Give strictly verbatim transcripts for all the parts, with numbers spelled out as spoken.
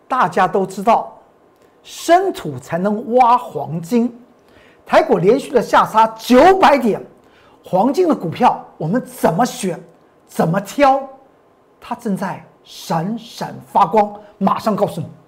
大家都知道，深土才能挖黄金。台股连续的下杀九百点，黄金的股票我们怎么选，怎么挑？它正在闪闪发光，马上告诉你。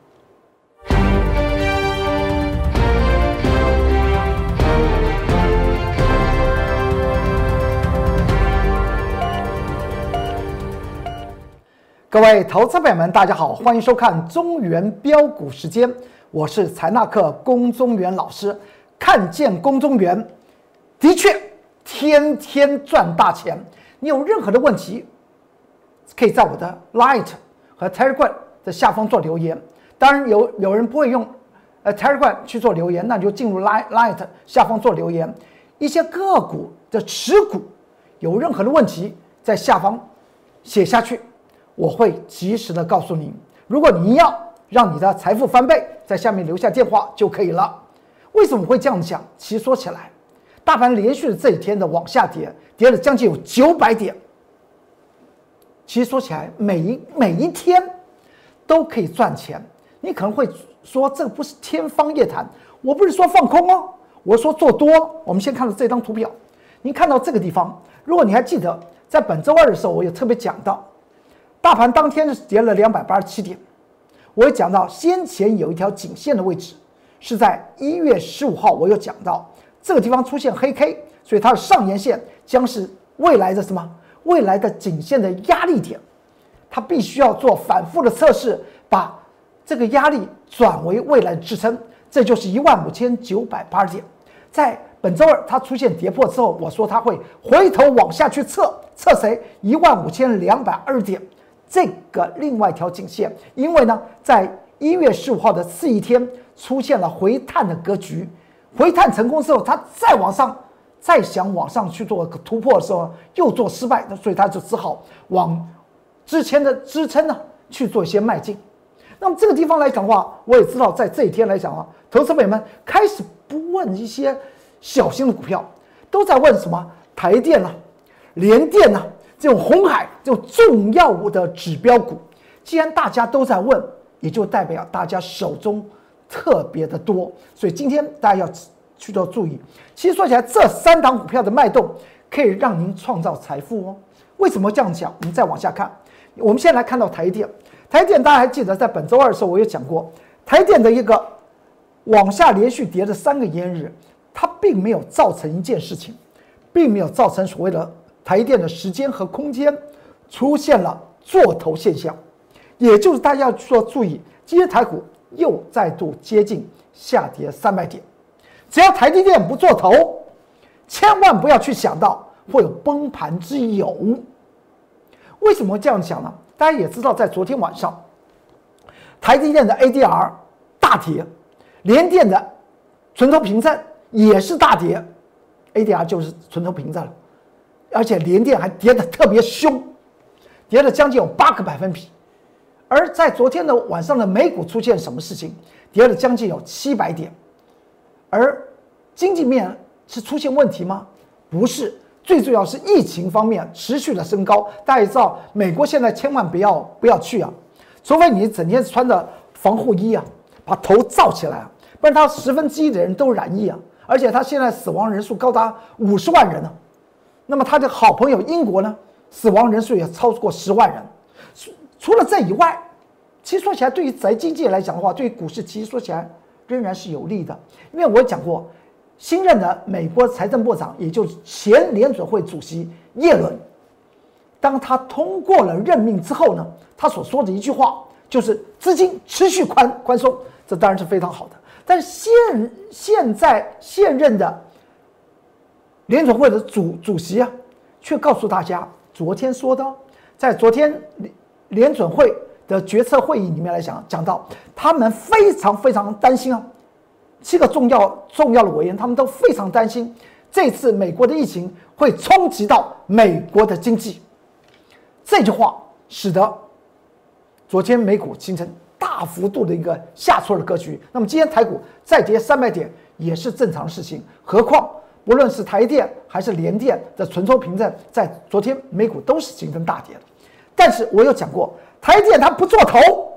各位投资朋友们，大家好，欢迎收看中原标股时间，我是财纳克龚中原老师。看见龚中原，的确天天赚大钱。你有任何的问题，可以在我的 Line 和 Telegram 的下方做留言。当然有有人不会用呃 Telegram 去做留言，那你就进入 Line Line 下方做留言。一些个股的持股有任何的问题，在下方写下去。我会及时的告诉你，如果你要让你的财富翻倍，在下面留下电话就可以了。为什么会这样讲？其实说起来，大盘连续的这几天的往下跌，跌了将近有九百点。其实说起来，每一每一天都可以赚钱。你可能会说，这不是天方夜谭，我不是说放空哦，我是说做多。我们先看到这张图表，你看到这个地方，如果你还记得，在本周二的时候，我也特别讲到。大盘当天是跌了两百八十七点，我也讲到先前有一条颈线的位置是在一月十五号，我有讲到这个地方出现黑 K， 所以它的上沿线将是未来的什么？未来的颈线的压力点，它必须要做反复的测试，把这个压力转为未来的支撑，这就是一万五千九百八十点。在本周二它出现跌破之后，我说它会回头往下去测，测谁？一万五千两百二十点。这个另外一条颈线，因为呢，在一月十五号的次一天出现了回探的格局，回探成功之后，它再往上，再想往上去做突破的时候，又做失败，所以它就只好往之前的支撑呢去做一些迈进。那么这个地方来讲的话，我也知道，在这一天来讲啊，投资朋友们开始不问一些小型的股票，都在问什么台电啊、联电啊。这种鸿海这种重要的指标股，既然大家都在问，也就代表大家手中特别的多，所以今天大家要去做注意。其实说起来，这三档股票的脉动可以让您创造财富哦。为什么这样讲？我们再往下看，我们先来看到台电。台电大家还记得，在本周二的时候我有讲过，台电的一个往下连续跌的三个烟日，它并没有造成一件事情，并没有造成所谓的台电的时间和空间出现了做头现象，也就是大家要说注意，今天台股又再度接近下跌三百点。只要台积电不做头，千万不要去想到会有崩盘之有。为什么这样讲呢？大家也知道，在昨天晚上，台积电的 A D R 大跌，联电的存头凭证也是大跌 ，A D R 就是存头凭证了。而且联电还跌得特别凶，跌了将近有八个百分比。而在昨天的晚上的美股出现什么事情？跌了将近有七百点。而经济面是出现问题吗？不是，最重要是疫情方面持续的升高。大家也知道，美国现在千万不要不要去啊，除非你整天穿着防护衣啊，把头罩起来啊，不然他十分之一的人都染疫啊，而且他现在死亡人数高达五十万人呢、啊。那么他的好朋友英国呢，死亡人数也超过十万人。除了这以外，其实说起来，对于宅经济来讲的话，对于股市其实说起来仍然是有利的。因为我讲过，新任的美国财政部长，也就是前联准会主席耶伦，当他通过了任命之后呢，他所说的一句话就是资金持续宽宽松，这当然是非常好的。但是现现在现任的联准会的主主席啊，却告诉大家，昨天说的，在昨天联准会的决策会议里面来讲，讲到他们非常非常担心啊，七个重要重要的委员，他们都非常担心这次美国的疫情会冲击到美国的经济。这句话使得昨天美股形成大幅度的一个下挫的格局。那么今天台股再跌三百点也是正常的事情，何况不论是台电还是联电的存托凭证，在昨天美股都是形成大跌的。但是我有讲过，台电它不做头，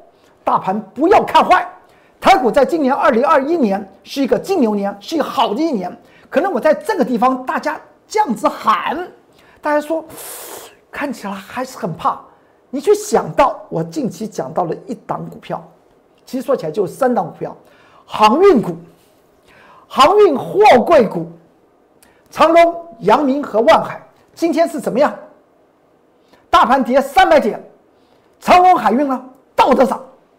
大盘不要看坏，台股在今年二零二一年是一个金牛年，是一个好的一年。可能我在这个地方大家这样子喊，大家说看起来还是很怕。你去想到我近期讲到了一档股票，其实说起来就是三档股票，航运股、航运货柜股，长荣、阳明和万海，今天是怎么样？大盘跌三百点，长荣海运呢倒着涨。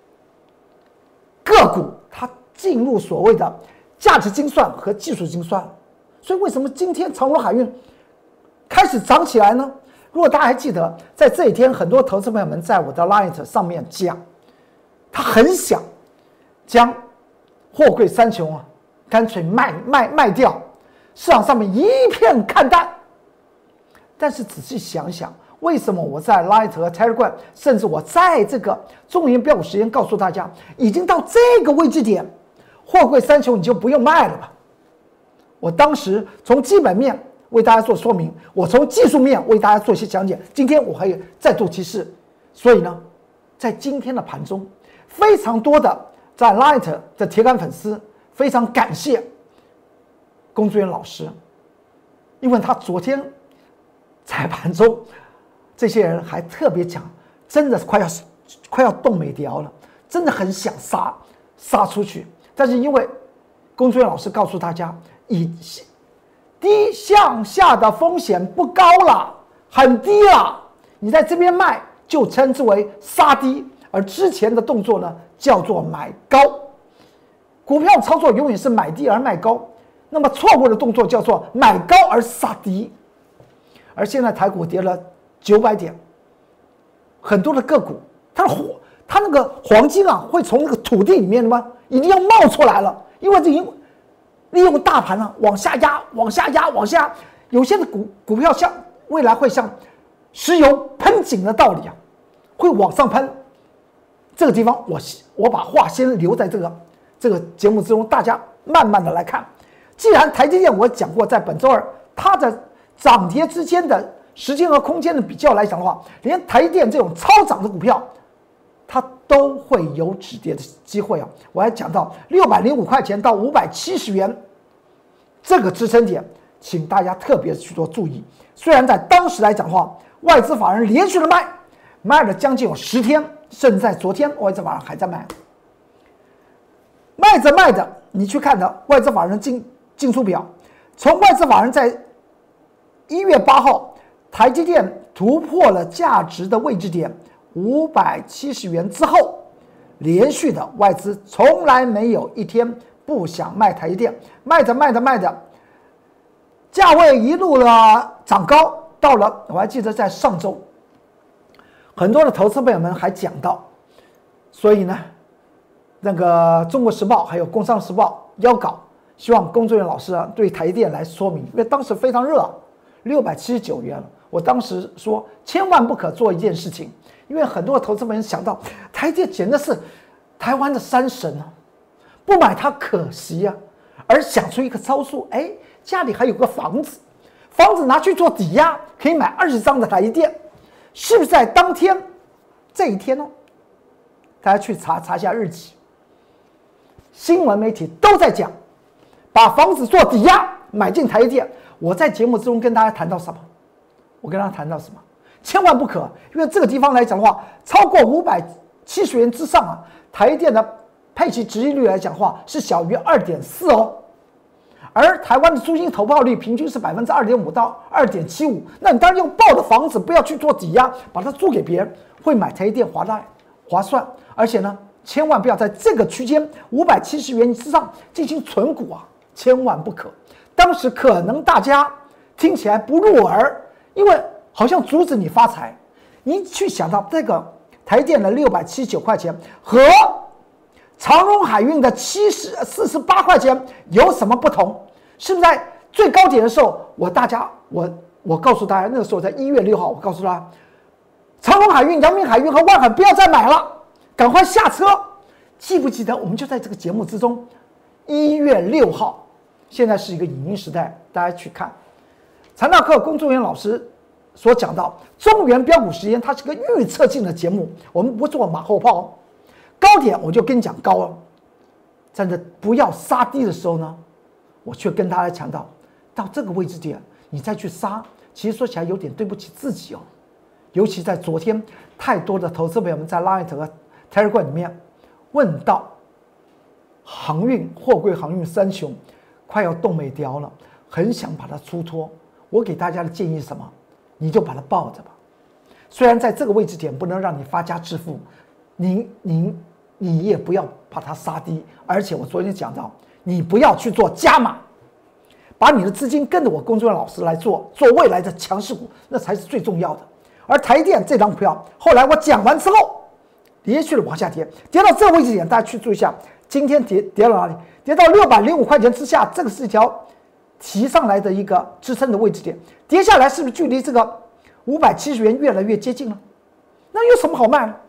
个股它进入所谓的价值精算和技术精算，所以为什么今天长荣海运开始涨起来呢？如果大家还记得，在这一天，很多投资朋友们在我的 Line 上面讲，他很想将货柜三雄啊，干脆卖卖卖掉，市场上面一片看淡。但是仔细想想，为什么我在 Line 和 Telegram， 甚至我在这个中原标股时间告诉大家，已经到这个位置点，货柜三雄你就不用卖了吧？我当时从基本面为大家做说明，我从技术面为大家做一些讲解。今天我还有再度提示，所以呢，在今天的盘中，非常多的在 Line 的铁杆粉丝，非常感谢龚志远老师，因为他昨天在盘中，这些人还特别讲，真的是快要快要动没掉了，真的很想杀杀出去，但是因为龚志远老师告诉大家，以低向下的风险不高了，很低了，你在这边卖就称之为杀低，而之前的动作呢叫做买高。股票操作永远是买低而卖高，那么错误的动作叫做买高而杀低。而现在台股跌了九百点，很多的个股，它的火，它那个黄金啊，会从那个土地里面吗？一定要冒出来了，因为这因利用大盘啊往下压，往下压，往下，有些的股股票像未来会像石油喷井的道理啊，会往上喷。这个地方我我把话先留在这个这个节目之中，大家慢慢的来看。既然台积电我讲过，在本周二它的涨跌之间的时间和空间的比较来讲的话，连台积电这种超涨的股票，它都会有止跌的机会啊！我还讲到六百零五块钱到五百七十元这个支撑点，请大家特别去做注意。虽然在当时来讲的话，外资法人连续的卖，卖了将近有十天，甚至在昨天外资法人还在卖，卖着卖着，你去看的外资法人进进出表，从外资法人在一月八号台积电突破了价值的位置点五百七十元之后，连续的外资从来没有一天不想卖台积电，卖着卖着卖着，价位一路的涨高，到了我还记得在上周，很多的投资朋友们还讲到，所以呢，那个中国时报还有工商时报邀稿，希望龚志远老师啊对台积电来说明，因为当时非常热，六百七十九元了。我当时说，千万不可做一件事情，因为很多投资朋友想到台积电简直是台湾的山神啊，不买它可惜啊，而想出一个招数，哎，家里还有个房子，房子拿去做抵押，可以买二十张的台积电，是不是在当天这一天哦？大家去查查一下日期，新闻媒体都在讲，把房子做抵押买进台积电。我在节目之中跟大家谈到什么？我跟大家谈到什么？千万不可，因为这个地方来讲的话，超过五百七十元之上啊，台积电的配息殖利率来讲的话是小于 二点四 哦，而台湾的租金投报率平均是 百分之二点五 到 二点七五， 那你当然用报的房子不要去做抵押，把它租给别人，会买台积电划来划算，而且呢，千万不要在这个区间五百七十元之上进行存股啊，千万不可。当时可能大家听起来不入耳，因为好像阻止你发财。你去想到这个台电的六百七十九块钱和长荣海运的七十四十八块钱有什么不同？是不是在最高点的时候，我大家我我告诉大家，那个时候在一月六号，我告诉他，长荣海运、阳明海运和万海不要再买了，赶快下车。记不记得我们就在这个节目之中，一月六号。现在是一个影音时代，大家去看财纳课龚志远老师所讲到中原标股时间，它是个预测性的节目，我们不做马后炮， 高点我就跟你讲高了，在这不要杀低的时候呢，我却跟大家强调，到这个位置点你再去杀，其实说起来有点对不起自己哦。尤其在昨天，太多的投资朋友们在 Line 和 Telegram 里面问到，航运货柜航运三雄快要冻没掉了，很想把它出脱。我给大家的建议是什么？你就把它抱着吧。虽然在这个位置点不能让你发家致富，你你你也不要把它杀低，而且我昨天讲到，你不要去做加码，把你的资金跟着我龚忠元老师来做做未来的强势股，那才是最重要的。而台电这张股票，后来我讲完之后，连续的往下跌，跌到这个位置点，大家去注意一下，今天跌跌到哪里？跌到六百零五块钱之下，这个是一条提上来的一个支撑的位置点，跌下来是不是距离这个五百七十元越来越接近了？那有什么好卖呢？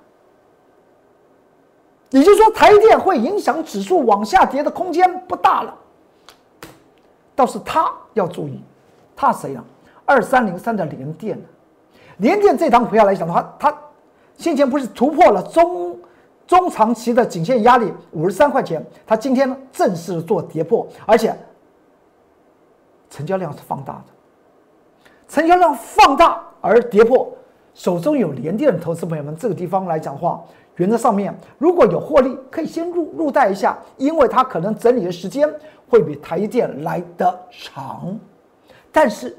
也就是说，台电会影响指数往下跌的空间不大了。倒是它要注意，它谁呢？二三零三的联电，联电这档股票来讲的话，它先前不是突破了中中长期的颈线压力五十三块钱，它今天呢正式做跌破，而且成交量是放大的，成交量放大而跌破，手中有联电的投资朋友们，这个地方来讲的话，原则上面如果有获利，可以先入入袋一下，因为它可能整理的时间会比台电来得长。但是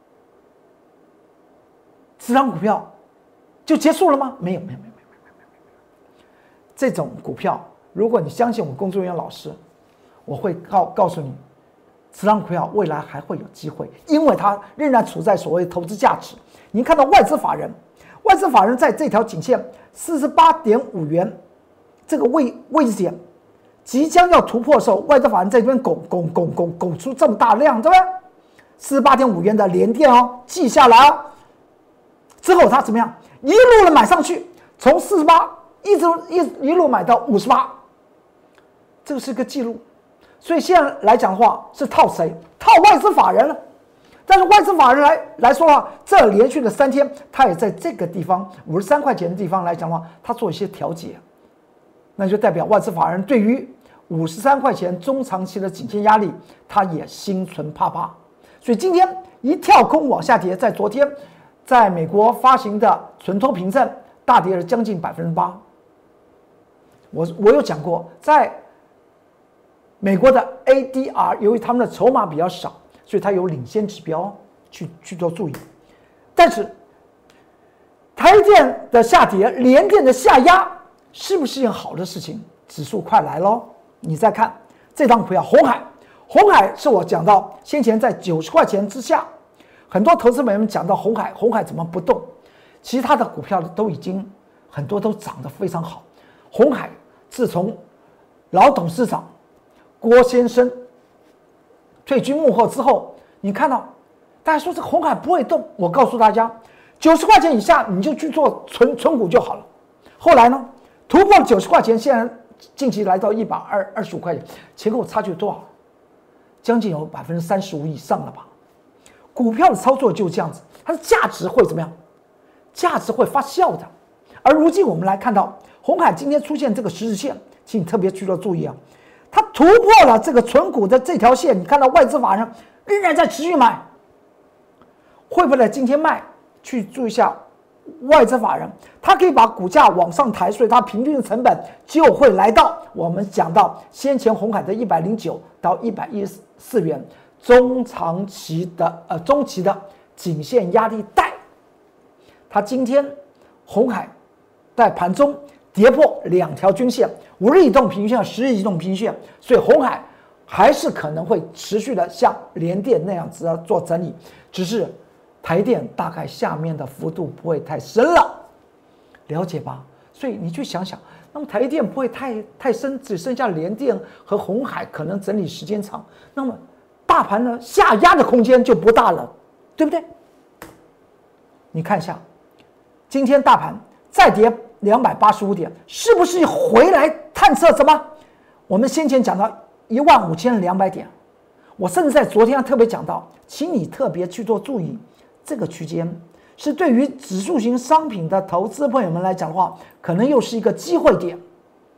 这张股票就结束了吗？没有，没有，没有，没有，没有，没有，没有。这种股票，如果你相信我龚忠元老师，我会告告诉你，这张股票未来还会有机会，因为它仍然处在所谓投资价值。您看到外资法人，外资法人在这条颈线四十八点五元这个位位置点即将要突破的时候，外资法人在这边拱拱拱拱拱出这么大量，对不对？四十八点五元的联电哦，记下来哦。之后它怎么样？一路的买上去，从四十八一直一一路买到五十八，这个是个记录。所以现在来讲的话，是套谁？套外资法人了。但是外资法人来来说的话，这连续的三天，他也在这个地方五十三块钱的地方来讲的话，他做一些调节，那就代表外资法人对于五十三块钱中长期的颈线压力，他也心存怕怕。所以今天一跳空往下跌，在昨天，在美国发行的存托凭证大跌了将近百分之八。我我有讲过，在美国的 A D R 由于他们的筹码比较少，所以它有领先指标去去做注意。但是台电的下跌，联电的下压，是不是一件好的事情？指数快来咯，你再看这张股票鸿海，鸿海是我讲到先前在九十块钱之下，很多投资朋友们讲到鸿海，鸿海怎么不动？其他的股票都已经很多都涨得非常好。鸿海自从老董事长郭先生退居幕后之后，你看到大家说这鸿海不会动，我告诉大家，九十块钱以下你就去做存存股就好了。后来呢，突破九十块钱，现在近期来到一百二十五块钱，前后差距多少？将近有百分之三十五以上了吧？股票的操作就是这样子，它的价值会怎么样？价值会发酵的。而如今我们来看到鸿海今天出现这个十日线，请你特别去做注意啊。它突破了这个存股的这条线，你看到外资法人仍然在持续买，会不会在今天卖？去注意一下外资法人，它可以把股价往上抬，所以它平均的成本就会来到我们讲到先前鸿海的一百零九到一百一十四元中长期的呃中期的颈线压力带。它今天鸿海在盘中跌破两条均线，五日移动平均线、十日移动平均线，所以鸿海还是可能会持续的像联电那样子的做整理，只是台电大概下面的幅度不会太深了，了解吧？所以你去想想，那么台电不会太太深，只剩下联电和鸿海可能整理时间长，那么大盘呢下压的空间就不大了，对不对？你看一下，今天大盘再跌两百八十五点，是不是回来探测什么？我们先前讲到一万五千两百点，我甚至在昨天特别讲到，请你特别去做注意，这个区间是对于指数型商品的投资朋友们来讲的话，可能又是一个机会点。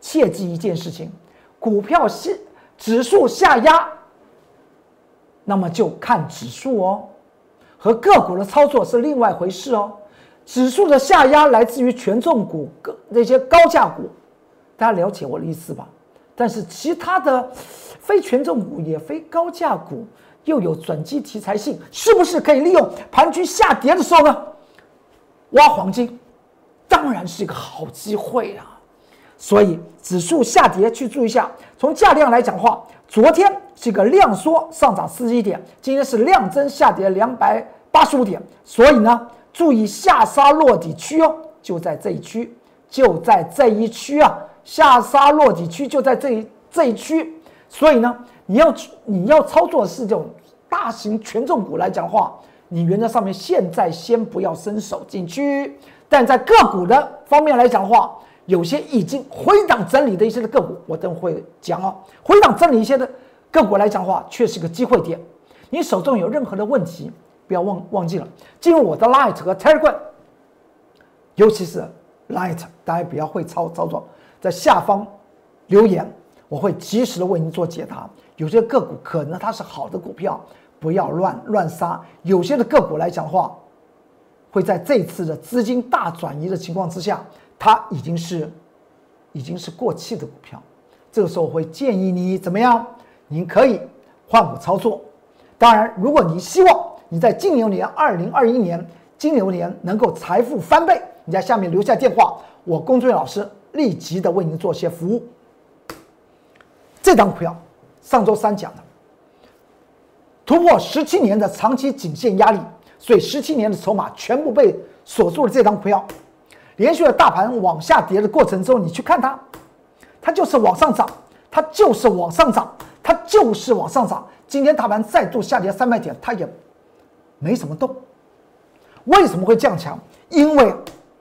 切记一件事情，股票下指数下压，那么就看指数哦，和个股的操作是另外一回事哦。指数的下压来自于权重股那些高价股，大家了解我的意思吧？但是其他的非权重股也非高价股，又有转机题材性，是不是可以利用盘局下跌的时候呢，挖黄金？当然是一个好机会啊！所以指数下跌去注意一下。从价量来讲的话，昨天是一个量缩上涨四十一点，今天是量增下跌两百八十五点，所以呢，注意下杀落底区哦，就在这一区，就在这一区啊，下杀落底区就在这一这一区。所以呢，你要你要操作的是这种大型权重股来讲的话，你原则上面现在先不要伸手进去。但在个股的方面来讲的话，有些已经回档整理的一些的个股，我等会讲哦。回档整理一些的个股来讲的话，却是个机会点。你手中有任何的问题，不要忘忘记了进入我的 Light 和 Telegram， 尤其是 Light， 大家比较会操操作，在下方留言，我会及时的为您做解答。有些个股可能它是好的股票，不要乱乱杀。有些的个股来讲的话，会在这次的资金大转移的情况之下，它已经是已经是过气的股票。这个时候我会建议你怎么样？你可以换股操作。当然，如果你希望你在金牛年二零二一年金牛年能够财富翻倍，你在下面留下电话，我龚俊老师立即的为您做些服务。这档股票上周三讲的，突破十七年的长期颈线压力。所以十七年的筹码全部被锁住了。这张股票连续的大盘往下跌的过程中，你去看它，它就是往上涨，它就是往上涨，它就是往上涨。今天大盘再度下跌三百点，它也没什么动。为什么会这样强？因为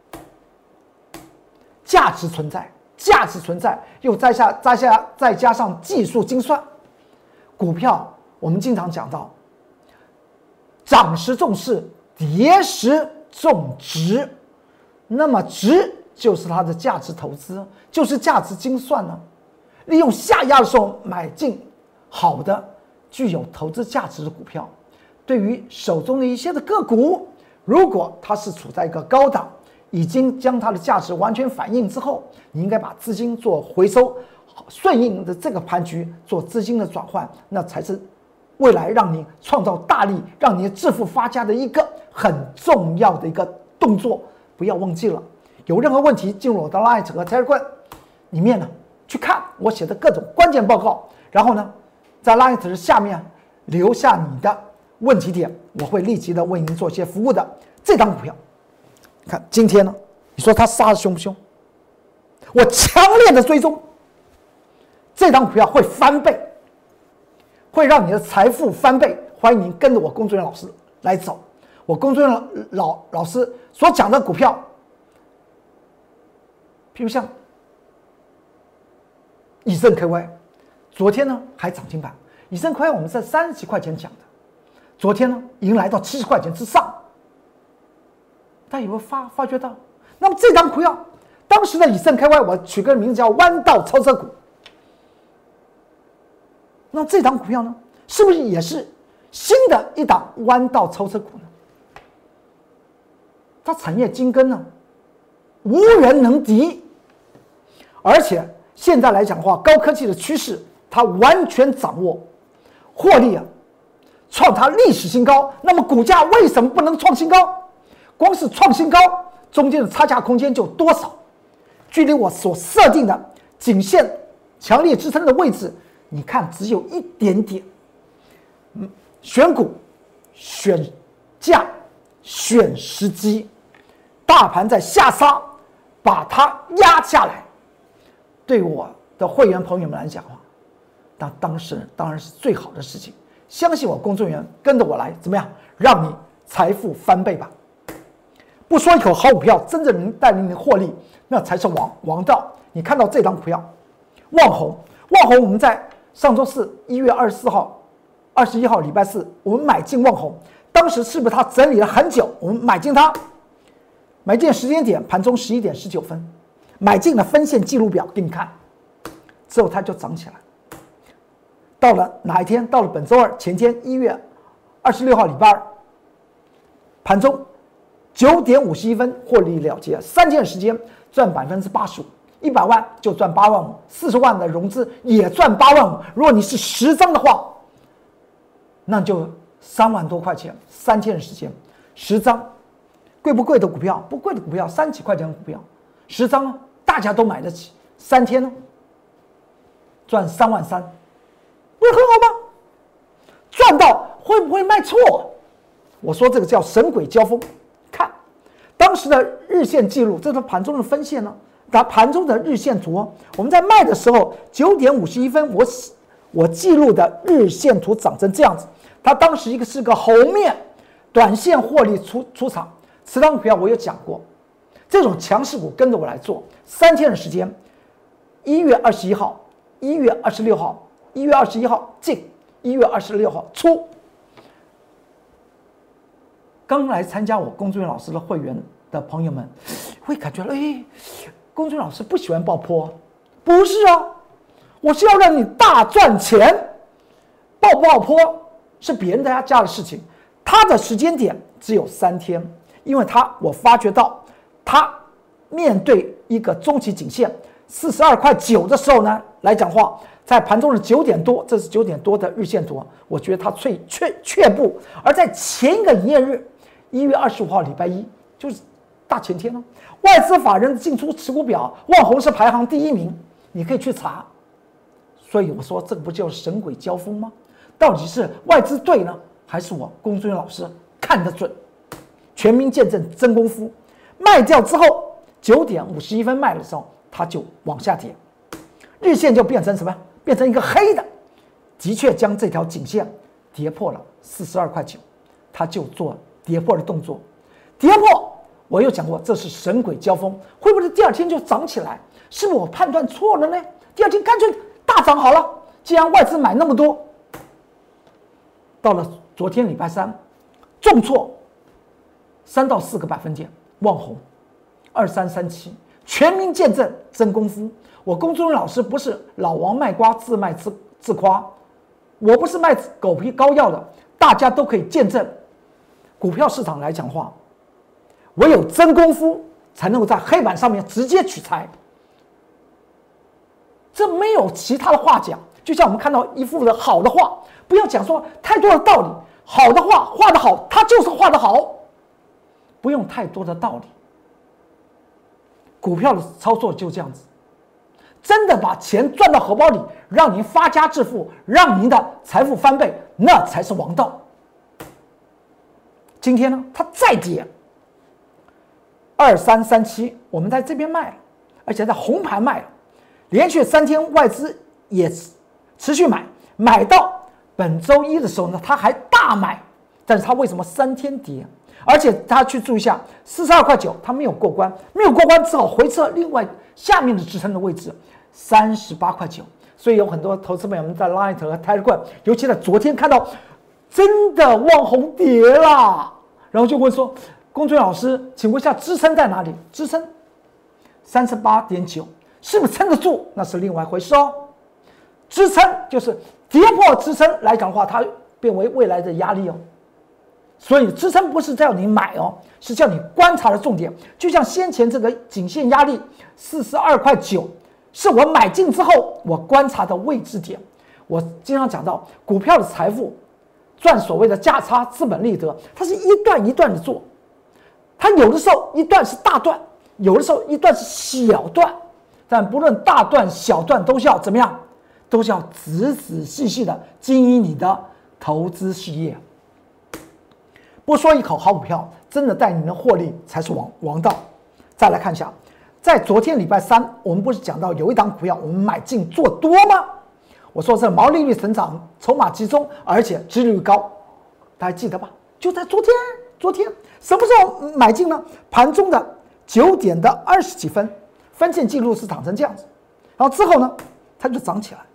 价值存在，价值存在，又再下再下再加上技术精算。股票我们经常讲到，涨时重视，跌时重值，那么值就是它的价值投资，就是价值精算呢。利用下压的时候买进好的、具有投资价值的股票。对于手中的一些的个股，如果它是处在一个高档，已经将它的价值完全反映之后，你应该把资金做回收，顺应的这个盘局做资金的转换，那才是未来让你创造大利、让你致富发家的一个很重要的一个动作。不要忘记了，有任何问题进入我的 Light 和 Telegram 里面呢，去看我写的各种关键报告，然后呢，在 Light 下面留下你的问题点，我会立即的为您做些服务的。这档股票，看今天呢，你说它杀的凶不凶？我强烈的追踪，这档股票会翻倍。会让你的财富翻倍，欢迎您跟着我龚俊元老师来走。我龚俊元老老师所讲的股票，譬如像以盛 K Y， 昨天呢还涨停板。以盛 K Y 我们在三十几块钱讲的，昨天呢已经来到七十块钱之上。大家有没有发发觉到？那么这张股票，当时的以盛 K Y 我取个名字叫弯道超车股。那这档股票呢，是不是也是新的一档弯道超车股呢？它产业精根呢，无人能敌。而且现在来讲的话，高科技的趋势，它完全掌握，获利啊，创它历史新高。那么股价为什么不能创新高？光是创新高，中间的差价空间就多少？距离我所设定的颈线强烈支撑的位置，你看只有一点点。嗯，选股、选价、选时机，大盘在下杀，把它压下来，对我的会员朋友们来讲的话，那当时当然是最好的事情。相信我，工作人员跟着我来，怎么样？让你财富翻倍吧！不说一口好股票，真正能带领你获利，那才是王王道。你看到这张股票，旺宏，旺宏我们在上周四一月二十四号、二十一号礼拜四，我们买进旺宏，当时是不是它整理了很久？我们买进它，买进时间点盘中十一点十九分，买进了分线记录表给你看。 之后它就涨起来。到了哪一天？到了本周二前天一月二十六号礼拜二，盘中九点五十一分获利了结，三天的时间赚百分之八十五，一百万就赚八万五，四十万的融资也赚八万五。如果你是十张的话，那就三万多块钱，三天的时间，十张，贵不贵的股票？不贵的股票，三几块钱的股票，十张大家都买得起，三天呢，赚三万三，不是很好吗？赚到会不会卖错？我说这个叫神鬼交锋。看当时的日线记录，这是盘中的分线呢。打盘中的日线图，我们在卖的时候九点五十一分，我我记录的日线图长成这样子。它当时一个是个红面，短线获利出出场。此档股票我有讲过，这种强势股跟着我来做，三天的时间，一月二十一号、一月二十六号、一月二十一号进，一月二十六号出。刚来参加我龚俊老师的会员的朋友们，会感觉哎，龚俊老师不喜欢爆波，不是啊，我是要让你大赚钱，爆不爆波是别人家家的事情，他的时间点只有三天，因为他我发觉到他面对一个中期颈线四十二块九的时候呢，来讲话，在盘中的九点多，这是九点多的日线图，我觉得他却却却步，而在前一个营业日，一月二十五号礼拜一，就是大前天了，外资法人进出持股表，旺宏是排行第一名，你可以去查。所以我说这个不就是神鬼交锋吗？到底是外资对呢，还是我龚俊老师看得准？全民见证真功夫，卖掉之后九点五十一分卖的时候，它就往下跌，日线就变成什么？变成一个黑的，的确将这条颈线跌破了四十二块九，它就做跌破的动作，跌破。我又讲过，这是神鬼交锋，会不会第二天就涨起来？是不是我判断错了呢？第二天干脆大涨好了。既然外资买那么多，到了昨天礼拜三，重挫三到四个百分点，旺宏二三三七，全民见证真功夫。我龚俊老师不是老王卖瓜自卖自自夸，我不是卖狗皮膏药的，大家都可以见证。股票市场来讲话，唯有真功夫才能够在黑板上面直接取材，这没有其他的话讲。就像我们看到一幅的好的画，不要讲说太多的道理，好的画画得好，它就是画得好，不用太多的道理。股票的操作就这样子，真的把钱赚到荷包里，让您发家致富，让您的财富翻倍，那才是王道。今天呢，它再跌二三三七，我们在这边卖了，而且在红盘卖了，连续三天外资也持续买，买到本周一的时候呢，它还大买，但是它为什么三天跌？而且大家去注意一下，四十二块九它没有过关，没有过关只好回撤另外下面的支撑的位置三十八块九。所以有很多投资朋友们在 Line 和 Telegram， 尤其在昨天看到真的旺宏跌了，然后就问说，龚俊老师，请问一下支撑在哪里？支撑三十八点九，是不是撑得住？那是另外一回事哦。支撑就是跌破支撑来讲的话，它变为未来的压力哦。所以支撑不是叫你买哦，是叫你观察的重点。就像先前这个颈线压力四十二块九，是我买进之后我观察的位置点。我经常讲到股票的财富赚所谓的价差资本利得，它是一段一段的做，它有的时候一段是大段，有的时候一段是小段，但不论大段小段都是要怎么样，都是要仔仔细细的经营你的投资事业。不说一口好股票，真的带你的获利才是王王道。再来看一下，在昨天礼拜三，我们不是讲到有一档股票我们买进做多吗？我说这毛利率成长，筹码集中，而且殖利率高，大家记得吧？就在昨天，昨天什么时候买进呢？盘中的九点的二十几分，分线记录是长成这样子，然后之后呢，它就涨起来，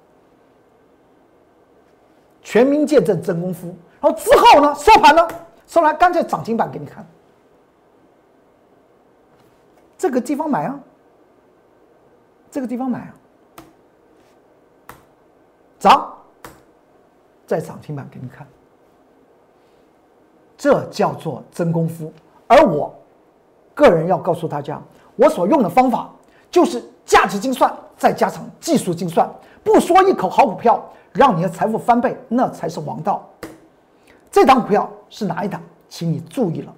全民见证真功夫。然后之后呢，收盘呢，收盘干脆涨停板给你看，这个地方买啊，这个地方买啊。 涨，再涨停板给你看，这叫做真功夫。而我个人要告诉大家，我所用的方法就是价值精算再加上技术精算，不说一口好股票让你的财富翻倍，那才是王道。这档股票是哪一档？请你注意了，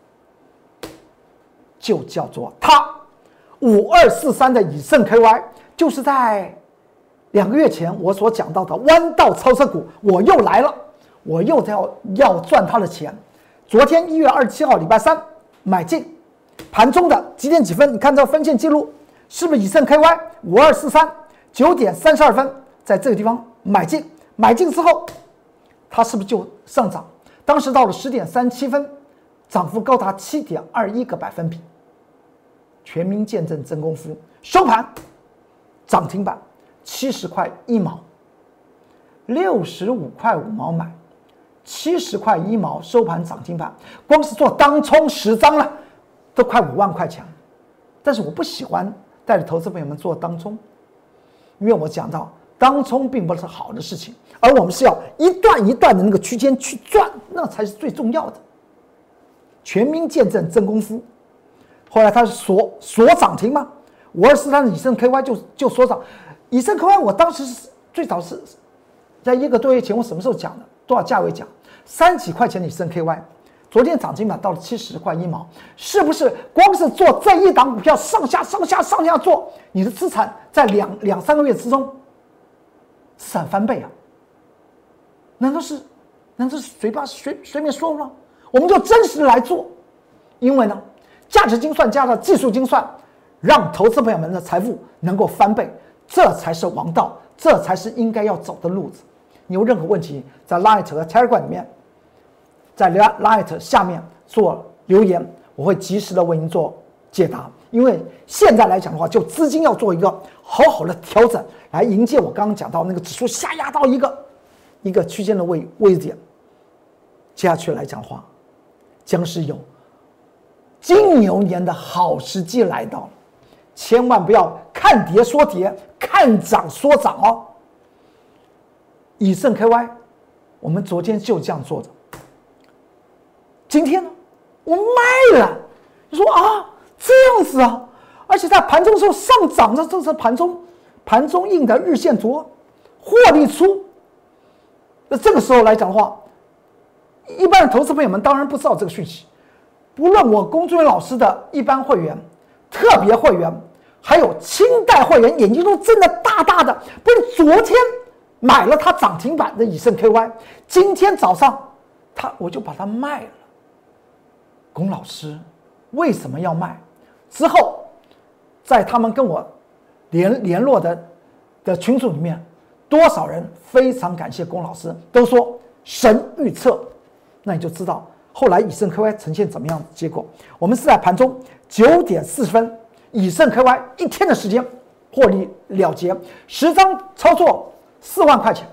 就叫做它五二四三的以盛 K Y， 就是在两个月前我所讲到的弯道超车股，我又来了，我又要要赚它的钱。昨天一月二十七号礼拜三买进，盘中的几点几分？你看这分线记录，是不是以盛 K Y 五二四三九点三十二分在这个地方买进？买进之后，它是不是就上涨？当时到了十点三十七分，涨幅高达七点二一个百分比，全民见证真功夫。收盘涨停板七十块一毛，六十五块五毛买，七十块一毛收盘涨停板，光是做当冲十张了，都快五万块钱。但是我不喜欢带着投资朋友们做当冲，因为我讲到当冲并不是好的事情，而我们是要一段一段的那个区间去赚，那才是最重要的。全民见证真功夫。后来它是锁锁涨停吗？五二四三的以盛 K Y 就就锁涨。以盛 K Y 我当时是最早是在一个多月前，我什么时候讲的？多少价位讲？三几块钱的以盛 K Y， 昨天涨停板到了七十块一毛，是不是光是做这一档股票上下上下上下做，你的资产在两两三个月之中资产翻倍啊？难道是难道是随便随随便说吗？我们就真实来做，因为呢，价值精算加上技术精算，让投资朋友们的财富能够翻倍，这才是王道，这才是应该要走的路子。你有任何问题，在 Light 和 Telegram 里面，在 Light 下面做留言，我会及时的为您做解答。因为现在来讲的话，就资金要做一个好好的调整，来迎接我刚刚讲到那个指数下压到一个一个区间的位位置点。接下去来讲的话，将是有金牛年的好时机来到了，千万不要看跌说跌，看涨说涨哦。以盛 K Y， 我们昨天就这样做的。今天呢，我卖了。你说啊，这样子啊，而且在盘中的时候上涨的，这是盘中盘中印的日线图，获利出。那这个时候来讲的话，一般的投资朋友们当然不知道这个讯息。不论我龚俊老师的一般会员、特别会员，还有清代会员，眼睛都睁得大大的。不是昨天买了它涨停板的以盛 K Y， 今天早上他我就把它卖了。龚老师为什么要卖？之后在他们跟我联联络的的群组里面，多少人非常感谢龚老师，都说神预测，那你就知道后来以盛 K Y 呈现怎么样的结果。我们是在盘中九点四十分，以盛 K Y 一天的时间获利了结，十张操作四万块钱，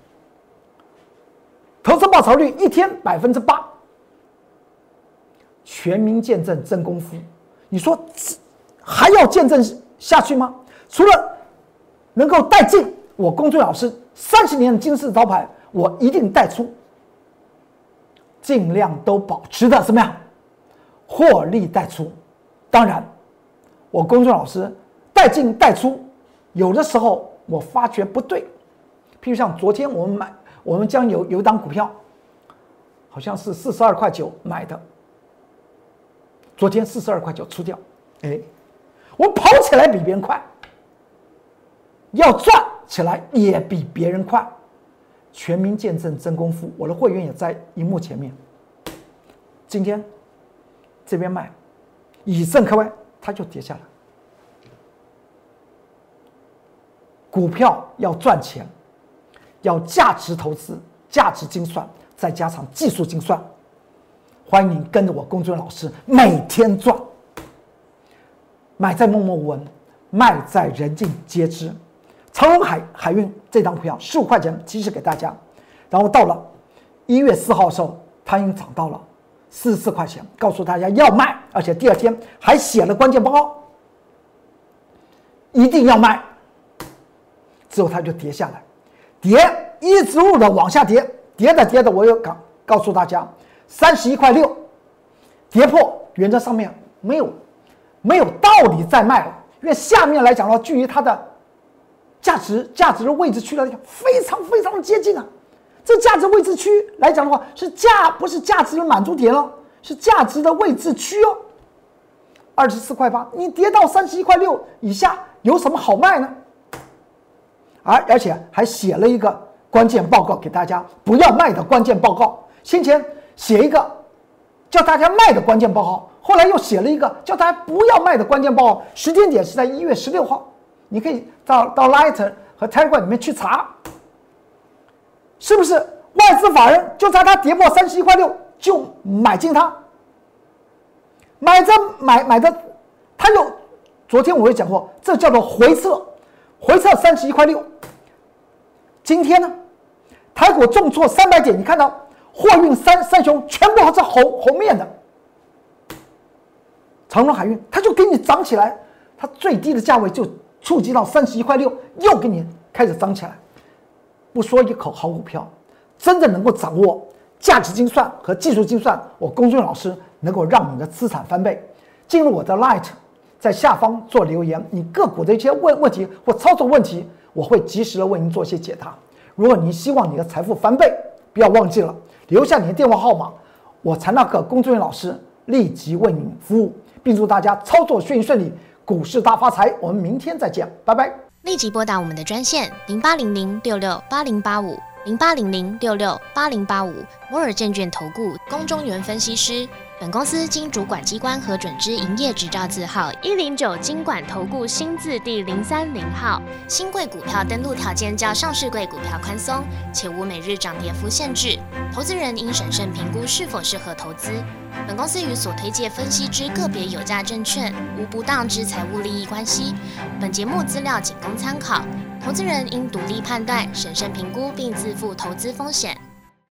投资报酬率一天百分之八，全民见证真功夫。你说还要见证下去吗？除了能够带进我龚俊老师三十年的金字招牌，我一定带出，尽量都保持的怎么样？获利带出。当然，我龚俊老师带进带出，有的时候我发觉不对。譬如像昨天我们买，我们将有有一档股票，好像是四十二块九买的，昨天四十二块九出掉，哎，我跑起来比别人快，要赚起来也比别人快。全民见证真功夫，我的会员也在荧幕前面。今天这边卖，以盛 K Y 它就跌下来。股票要赚钱，要价值投资、价值精算，再加上技术精算。欢迎您跟着我龚俊老师每天赚，买在默默无闻，卖在人尽皆知。长荣海海运这档股票十五块钱提示给大家，然后到了一月四号的时候，它已经涨到了四十四块钱，告诉大家要卖，而且第二天还写了关键报告，一定要卖。之后它就跌下来， 跌，一直路的往下跌，跌的跌的，我有告告诉大家，三十一块六，跌破，原则上面没有没有道理再卖了，因为下面来讲的话，距离它的价值价值的位置区来讲，非常非常的接近啊。这价值位置区来讲的话，是价不是价值的满足点了，是价值的位置区哦。二十四块八，你跌到三十一块六以下，有什么好卖呢？而而且还写了一个关键报告给大家，不要卖的关键报告。先前写一个叫大家卖的关键报告，后来又写了一个叫大家不要卖的关键报告。时间点是在一月十六号，你可以到到 Light 和 Telegram 里面去查，是不是外资法人就在它跌破三十一块六就买进它，买着买买的，它又昨天我也讲过，这叫做回撤，回撤三十一块六。今天呢，台股重挫三百点，你看到货运三三雄全部是红红面的，长荣海运它就给你涨起来，它最低的价位就触及到三十一块六，又给你开始涨起来。不说一口好股票，真正能够掌握价值精算和技术精算，我龚俊老师能够让你的资产翻倍。进入我的 Light， 在下方做留言，你个股的一些问问题或操作问题，我会及时的为您做一些解答。如果你希望你的财富翻倍，不要忘记了留下你的电话号码，我财纳克龚俊老师立即为您服务，并祝大家操作顺顺利，股市大发财。我们明天再见，拜拜。 立即拨打我们的专线零八零零六六八零八五零八零零六六八零八五摩尔证券投顾龚中原分析师。本公司经主管机关核准之营业执照字号一零九金管投顾新字第零三零号。新贵股票登录条件较上市贵股票宽松，且无每日涨跌幅限制。投资人应审慎评估是否适合投资。本公司与所推介分析之个别有价证券无不当之财务利益关系。本节目资料仅供参考，投资人应独立判断、审慎评估并自负投资风险。